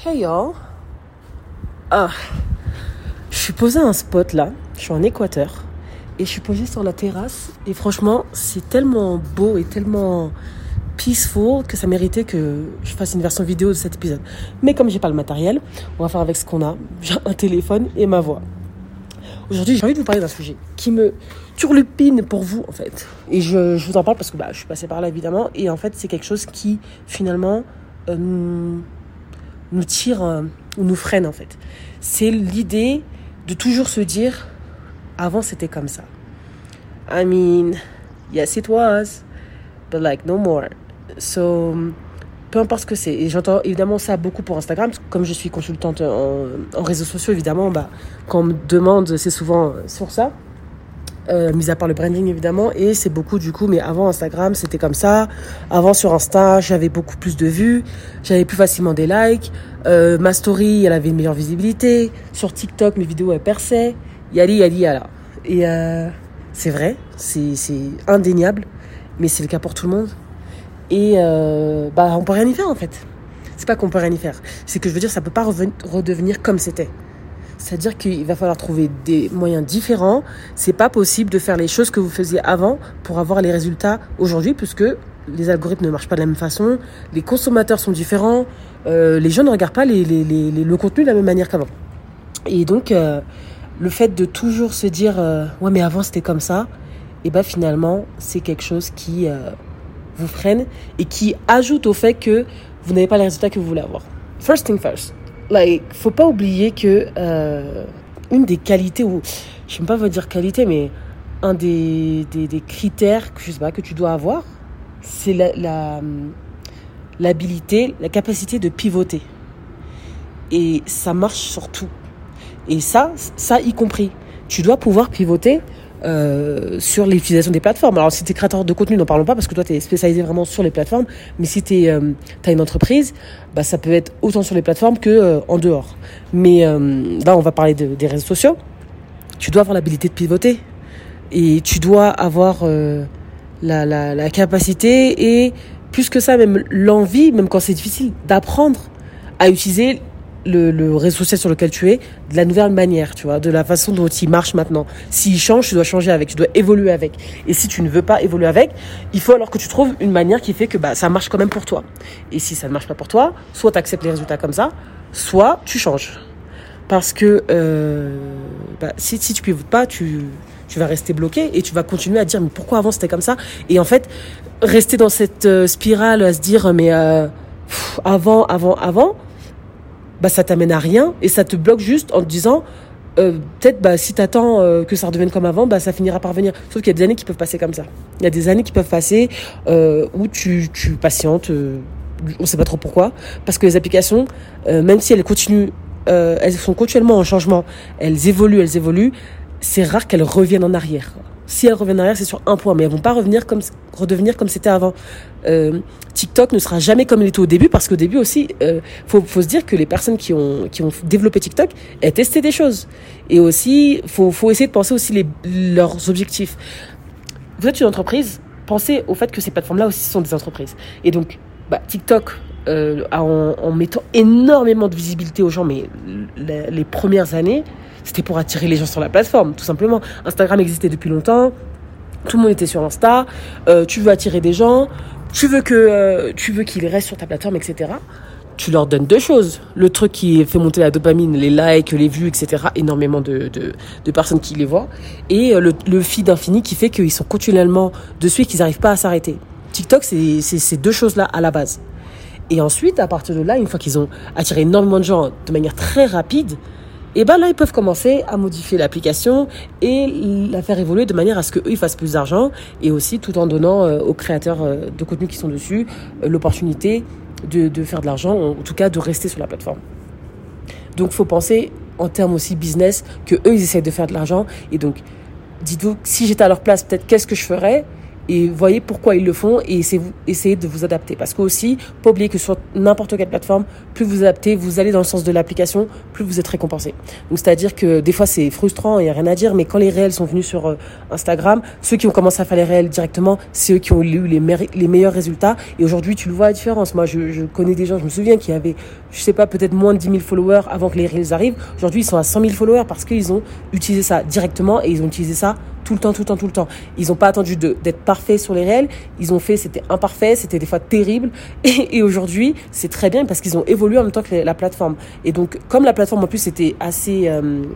Hey y'all. Ah, je suis posée à un spot là, je suis en Équateur et je suis posée sur la terrasse et franchement c'est tellement beau et tellement peaceful que ça méritait que je fasse une version vidéo de cet épisode. Mais comme j'ai pas le matériel, on va faire avec ce qu'on a. J'ai un téléphone et ma voix. Aujourd'hui j'ai envie de vous parler d'un sujet qui me turlupine pour vous en fait. Et je vous en parle parce que je suis passée par là évidemment et en fait c'est quelque chose qui finalement nous tire ou nous freine en fait. C'est l'idée de toujours se dire avant c'était comme ça. I mean, yes it was, but like no more. So, peu importe ce que c'est. Et j'entends évidemment ça beaucoup pour Instagram. Comme je suis consultante en réseaux sociaux, évidemment, quand on me demande, c'est souvent sur ça. Mis à part le branding évidemment, et c'est beaucoup du coup, mais avant Instagram c'était comme ça, avant sur Insta j'avais beaucoup plus de vues, j'avais plus facilement des likes, ma story elle avait une meilleure visibilité, sur TikTok mes vidéos elles perçaient, yala. Et c'est vrai, c'est indéniable, mais c'est le cas pour tout le monde, et on peut rien y faire en fait. C'est pas qu'on peut rien y faire, c'est que je veux dire ça peut pas redevenir comme c'était. C'est-à-dire qu'il va falloir trouver des moyens différents. C'est pas possible de faire les choses que vous faisiez avant pour avoir les résultats aujourd'hui, puisque les algorithmes ne marchent pas de la même façon, les consommateurs sont différents, les gens ne regardent pas le contenu de la même manière qu'avant. Et donc, le fait de toujours se dire ouais mais avant c'était comme ça, et finalement c'est quelque chose qui vous freine et qui ajoute au fait que vous n'avez pas les résultats que vous voulez avoir. First thing first. Faut pas oublier que une des qualités, ou je ne sais pas vous dire qualité, mais un des critères que tu dois avoir, c'est l'habilité, la capacité de pivoter. Et ça marche sur tout. Et ça y compris. Tu dois pouvoir pivoter sur l'utilisation des plateformes. Alors si tu es créateur de contenu, n'en parlons pas parce que toi tu es spécialisé vraiment sur les plateformes, mais si tu as une entreprise, ça peut être autant sur les plateformes que en dehors. Mais là on va parler des réseaux sociaux. Tu dois avoir l'habilité de pivoter et tu dois avoir la capacité et plus que ça même l'envie, même quand c'est difficile, d'apprendre à utiliser le réseau social sur lequel tu es de la nouvelle manière, tu vois, de la façon dont il marche maintenant. S'il change, tu dois changer avec, tu dois évoluer avec. Et si tu ne veux pas évoluer avec, il faut alors que tu trouves une manière qui fait que ça marche quand même pour toi. Et si ça ne marche pas pour toi, soit tu acceptes les résultats comme ça, soit tu changes. Parce que si tu pivotes pas, tu vas rester bloqué et tu vas continuer à dire mais pourquoi avant c'était comme ça. Et en fait, rester dans cette spirale à se dire mais avant, ça t'amène à rien et ça te bloque juste en te disant peut-être si t'attends que ça redevienne comme avant, ça finira par venir. Sauf qu'il y a des années qui peuvent passer comme ça. Il y a des années qui peuvent passer où tu patientes, on sait pas trop pourquoi, parce que les applications, même si elles continuent, elles sont continuellement en changement, elles évoluent, c'est rare qu'elles reviennent en arrière. Si elles reviennent en arrière, c'est sur un point, mais elles vont pas redevenir comme c'était avant. TikTok ne sera jamais comme il était au début, parce qu'au début aussi, faut se dire que les personnes qui ont développé TikTok, elles testaient des choses. Et aussi, faut essayer de penser aussi leurs objectifs. Vous êtes une entreprise, pensez au fait que ces plateformes-là aussi sont des entreprises. Et donc, TikTok, en mettant énormément de visibilité aux gens, mais les premières années, c'était pour attirer les gens sur la plateforme, tout simplement. Instagram existait depuis longtemps, tout le monde était sur Insta, tu veux attirer des gens, tu veux qu'ils restent sur ta plateforme, etc. Tu leur donnes deux choses. Le truc qui fait monter la dopamine, les likes, les vues, etc. Énormément de personnes qui les voient. Et le feed infini qui fait qu'ils sont continuellement dessus et qu'ils n'arrivent pas à s'arrêter. TikTok, c'est ces deux choses-là à la base. Et ensuite, à partir de là, une fois qu'ils ont attiré énormément de gens de manière très rapide, et là, ils peuvent commencer à modifier l'application et la faire évoluer de manière à ce qu'eux, ils fassent plus d'argent et aussi tout en donnant aux créateurs de contenu qui sont dessus l'opportunité de faire de l'argent, en tout cas de rester sur la plateforme. Donc, il faut penser en termes aussi business que eux, ils essayent de faire de l'argent. Et donc, dites-vous, si j'étais à leur place, peut-être qu'est-ce que je ferais ? et voyez pourquoi ils le font et essayez de vous adapter. Parce que aussi, pas oublier que sur n'importe quelle plateforme, plus vous adaptez, vous allez dans le sens de l'application, plus vous êtes récompensé. Donc c'est-à-dire que des fois c'est frustrant, il n'y a rien à dire, mais quand les réels sont venus sur Instagram, ceux qui ont commencé à faire les réels directement, c'est eux qui ont eu les meilleurs résultats. Et aujourd'hui, tu le vois la différence. Moi, je connais des gens, je me souviens qui avaient, je sais pas, peut-être moins de 10 000 followers avant que les réels arrivent. Aujourd'hui, ils sont à 100 000 followers parce qu'ils ont utilisé ça directement et ils ont utilisé ça tout le temps. Ils n'ont pas attendu d'être parfaits sur les réels. Ils ont fait, c'était imparfait, c'était des fois terrible. Et aujourd'hui, c'est très bien parce qu'ils ont évolué en même temps que la plateforme. Et donc, comme la plateforme en plus était assez,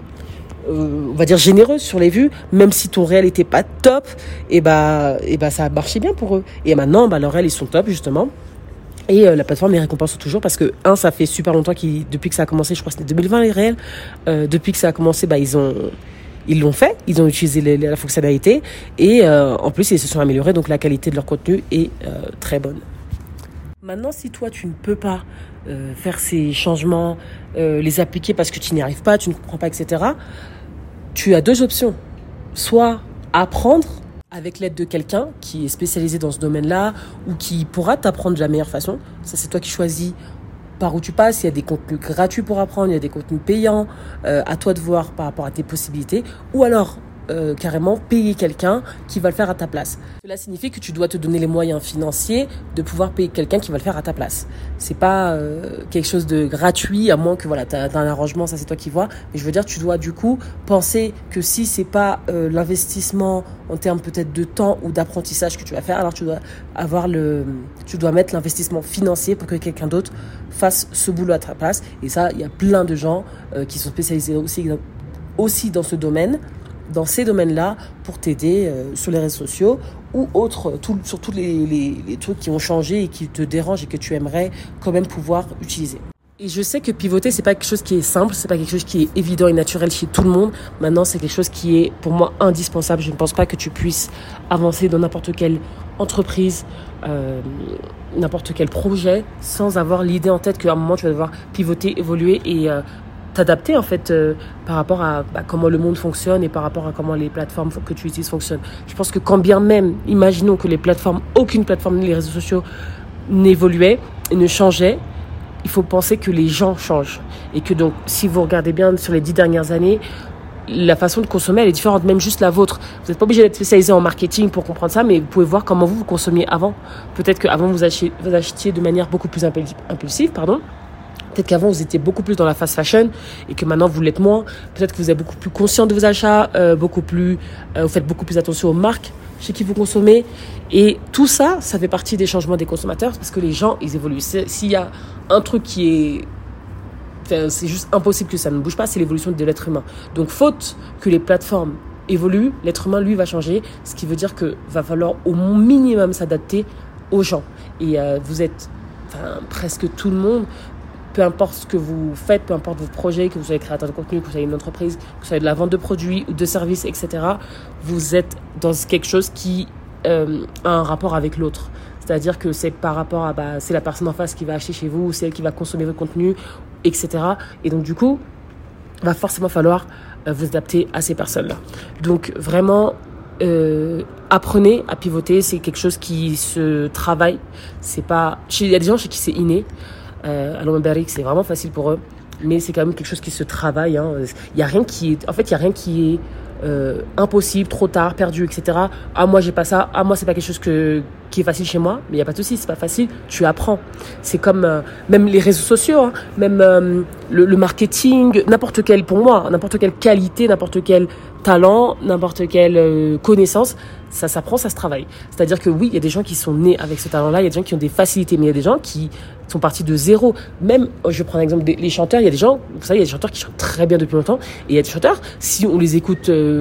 on va dire généreuse sur les vues, même si ton réel était pas top, et bah ça a marché bien pour eux. Et maintenant, leurs réels ils sont top justement. Et la plateforme les récompense toujours parce que ça fait super longtemps depuis que ça a commencé, je crois que c'était 2020 les réels. Depuis que ça a commencé, ils l'ont fait, ils ont utilisé la fonctionnalité et en plus ils se sont améliorés, donc la qualité de leur contenu est très bonne. Maintenant, si toi tu ne peux pas faire ces changements, les appliquer parce que tu n'y arrives pas, tu ne comprends pas, etc., tu as deux options. Soit apprendre avec l'aide de quelqu'un qui est spécialisé dans ce domaine-là ou qui pourra t'apprendre de la meilleure façon. Ça, c'est toi qui choisis par où tu passes. Il y a des contenus gratuits pour apprendre, il y a des contenus payants, à toi de voir par rapport à tes possibilités. Ou alors, carrément, payer quelqu'un qui va le faire à ta place. Cela signifie que tu dois te donner les moyens financiers de pouvoir payer quelqu'un qui va le faire à ta place. C'est pas quelque chose de gratuit, à moins que t'as un arrangement, ça c'est toi qui vois. Mais je veux dire, tu dois du coup penser que si c'est pas l'investissement en termes peut-être de temps ou d'apprentissage que tu vas faire, alors tu dois mettre l'investissement financier pour que quelqu'un d'autre fasse ce boulot à ta place. Et ça, il y a plein de gens qui sont spécialisés aussi dans ce domaine, dans ces domaines-là, pour t'aider sur les réseaux sociaux ou sur tous les trucs qui ont changé et qui te dérangent et que tu aimerais quand même pouvoir utiliser. Et je sais que pivoter, c'est pas quelque chose qui est simple, c'est pas quelque chose qui est évident et naturel chez tout le monde. Maintenant, c'est quelque chose qui est pour moi indispensable. Je ne pense pas que tu puisses avancer dans n'importe quelle entreprise, n'importe quel projet, sans avoir l'idée en tête qu'à un moment tu vas devoir pivoter, évoluer et t'adapter en fait par rapport à comment le monde fonctionne et par rapport à comment les plateformes que tu utilises fonctionnent. Je pense que quand bien même, imaginons que aucune plateforme, les réseaux sociaux n'évoluait et ne changeait, il faut penser que les gens changent et que donc si vous regardez bien sur les 10 dernières années, la façon de consommer elle est différente, même juste la vôtre. Vous n'êtes pas obligé d'être spécialisé en marketing pour comprendre ça, mais vous pouvez voir comment vous consommiez avant. Peut-être qu'avant vous achetiez de manière beaucoup plus impulsive, Peut-être qu'avant, vous étiez beaucoup plus dans la fast fashion et que maintenant, vous l'êtes moins. Peut-être que vous êtes beaucoup plus conscient de vos achats, vous faites beaucoup plus attention aux marques chez qui vous consommez. Et tout ça, ça fait partie des changements des consommateurs parce que les gens, ils évoluent. S'il y a un truc c'est juste impossible que ça ne bouge pas, c'est l'évolution de l'être humain. Donc, faute que les plateformes évoluent, l'être humain, lui, va changer. Ce qui veut dire que va falloir au minimum s'adapter aux gens. Et vous êtes, presque tout le monde, peu importe ce que vous faites, peu importe vos projets, que vous soyez créateur de contenu, que vous soyez une entreprise, que vous soyez de la vente de produits ou de services, etc., vous êtes dans quelque chose qui a un rapport avec l'autre. C'est-à-dire que c'est par rapport à c'est la personne en face qui va acheter chez vous, c'est elle qui va consommer votre contenu, etc. Et donc du coup, il va forcément falloir vous adapter à ces personnes-là. Donc vraiment, apprenez à pivoter, c'est quelque chose qui se travaille. Il y a des gens chez qui c'est inné. Alors c'est vraiment facile pour eux, mais c'est quand même quelque chose qui se travaille. Il y a rien qui est impossible, trop tard, perdu, etc. Moi j'ai pas ça. Moi c'est pas quelque chose qui est facile chez moi, mais il y a pas de souci, c'est pas facile. Tu apprends. C'est comme même les réseaux sociaux, même le marketing, n'importe quelle qualité, n'importe quel talent, n'importe quelle connaissance, ça s'apprend, ça se travaille. C'est-à-dire que oui, il y a des gens qui sont nés avec ce talent-là, il y a des gens qui ont des facilités, mais il y a des gens qui sont partis de zéro. Même, je prends l'exemple des chanteurs, il y a des gens, vous savez, il y a des chanteurs qui chantent très bien depuis longtemps, et il y a des chanteurs, si on les écoute,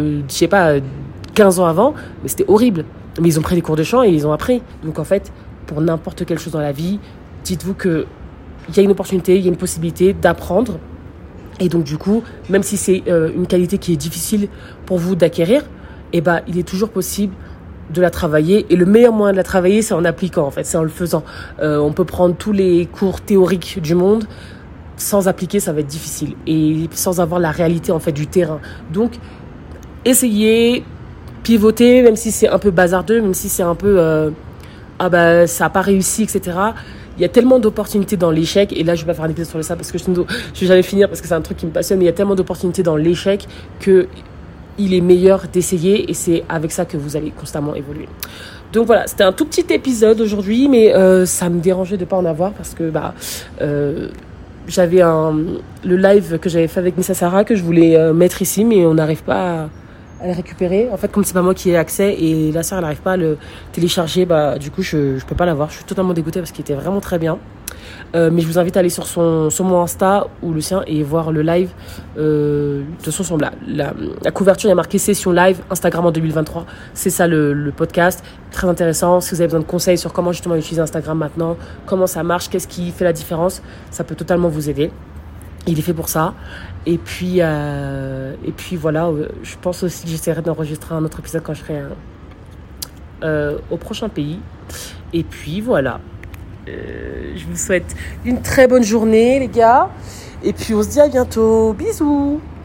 15 ans avant, mais c'était horrible. Mais ils ont pris des cours de chant et ils ont appris. Donc en fait, pour n'importe quelle chose dans la vie, dites-vous que il y a une opportunité, il y a une possibilité d'apprendre. Et donc du coup, même si c'est une qualité qui est difficile pour vous d'acquérir, il est toujours possible de la travailler. Et le meilleur moyen de la travailler, c'est en appliquant, en fait, c'est en le faisant. On peut prendre tous les cours théoriques du monde, sans appliquer, ça va être difficile. Et sans avoir la réalité, en fait, du terrain. Donc, essayez, pivoter, même si c'est un peu bazardeux, même si c'est un peu ah bah ça a pas réussi, etc. Il y a tellement d'opportunités dans l'échec, et là je vais pas faire un épisode sur ça parce que je vais jamais finir parce que c'est un truc qui me passionne, mais il y a tellement d'opportunités dans l'échec que il est meilleur d'essayer, et c'est avec ça que vous allez constamment évoluer. Donc voilà, c'était un tout petit épisode aujourd'hui, mais ça me dérangeait de pas en avoir parce que j'avais le live que j'avais fait avec Missa Sarah que je voulais mettre ici, mais on n'arrive pas à le récupérer. En fait, comme c'est pas moi qui ai accès et la sœur elle n'arrive pas à le télécharger, du coup je peux pas l'avoir. Je suis totalement dégoûtée parce qu'il était vraiment très bien. Mais je vous invite à aller sur mon Insta ou le sien et voir le live. De toute façon, la couverture, il y a marqué session live Instagram en 2023. C'est ça le podcast. Très intéressant. Si vous avez besoin de conseils sur comment justement utiliser Instagram maintenant, comment ça marche, qu'est-ce qui fait la différence, ça peut totalement vous aider. Il est fait pour ça. Et puis voilà, je pense aussi que j'essaierai d'enregistrer un autre épisode quand je serai au prochain pays. Et puis voilà. Je vous souhaite une très bonne journée, les gars. Et puis on se dit à bientôt. Bisous.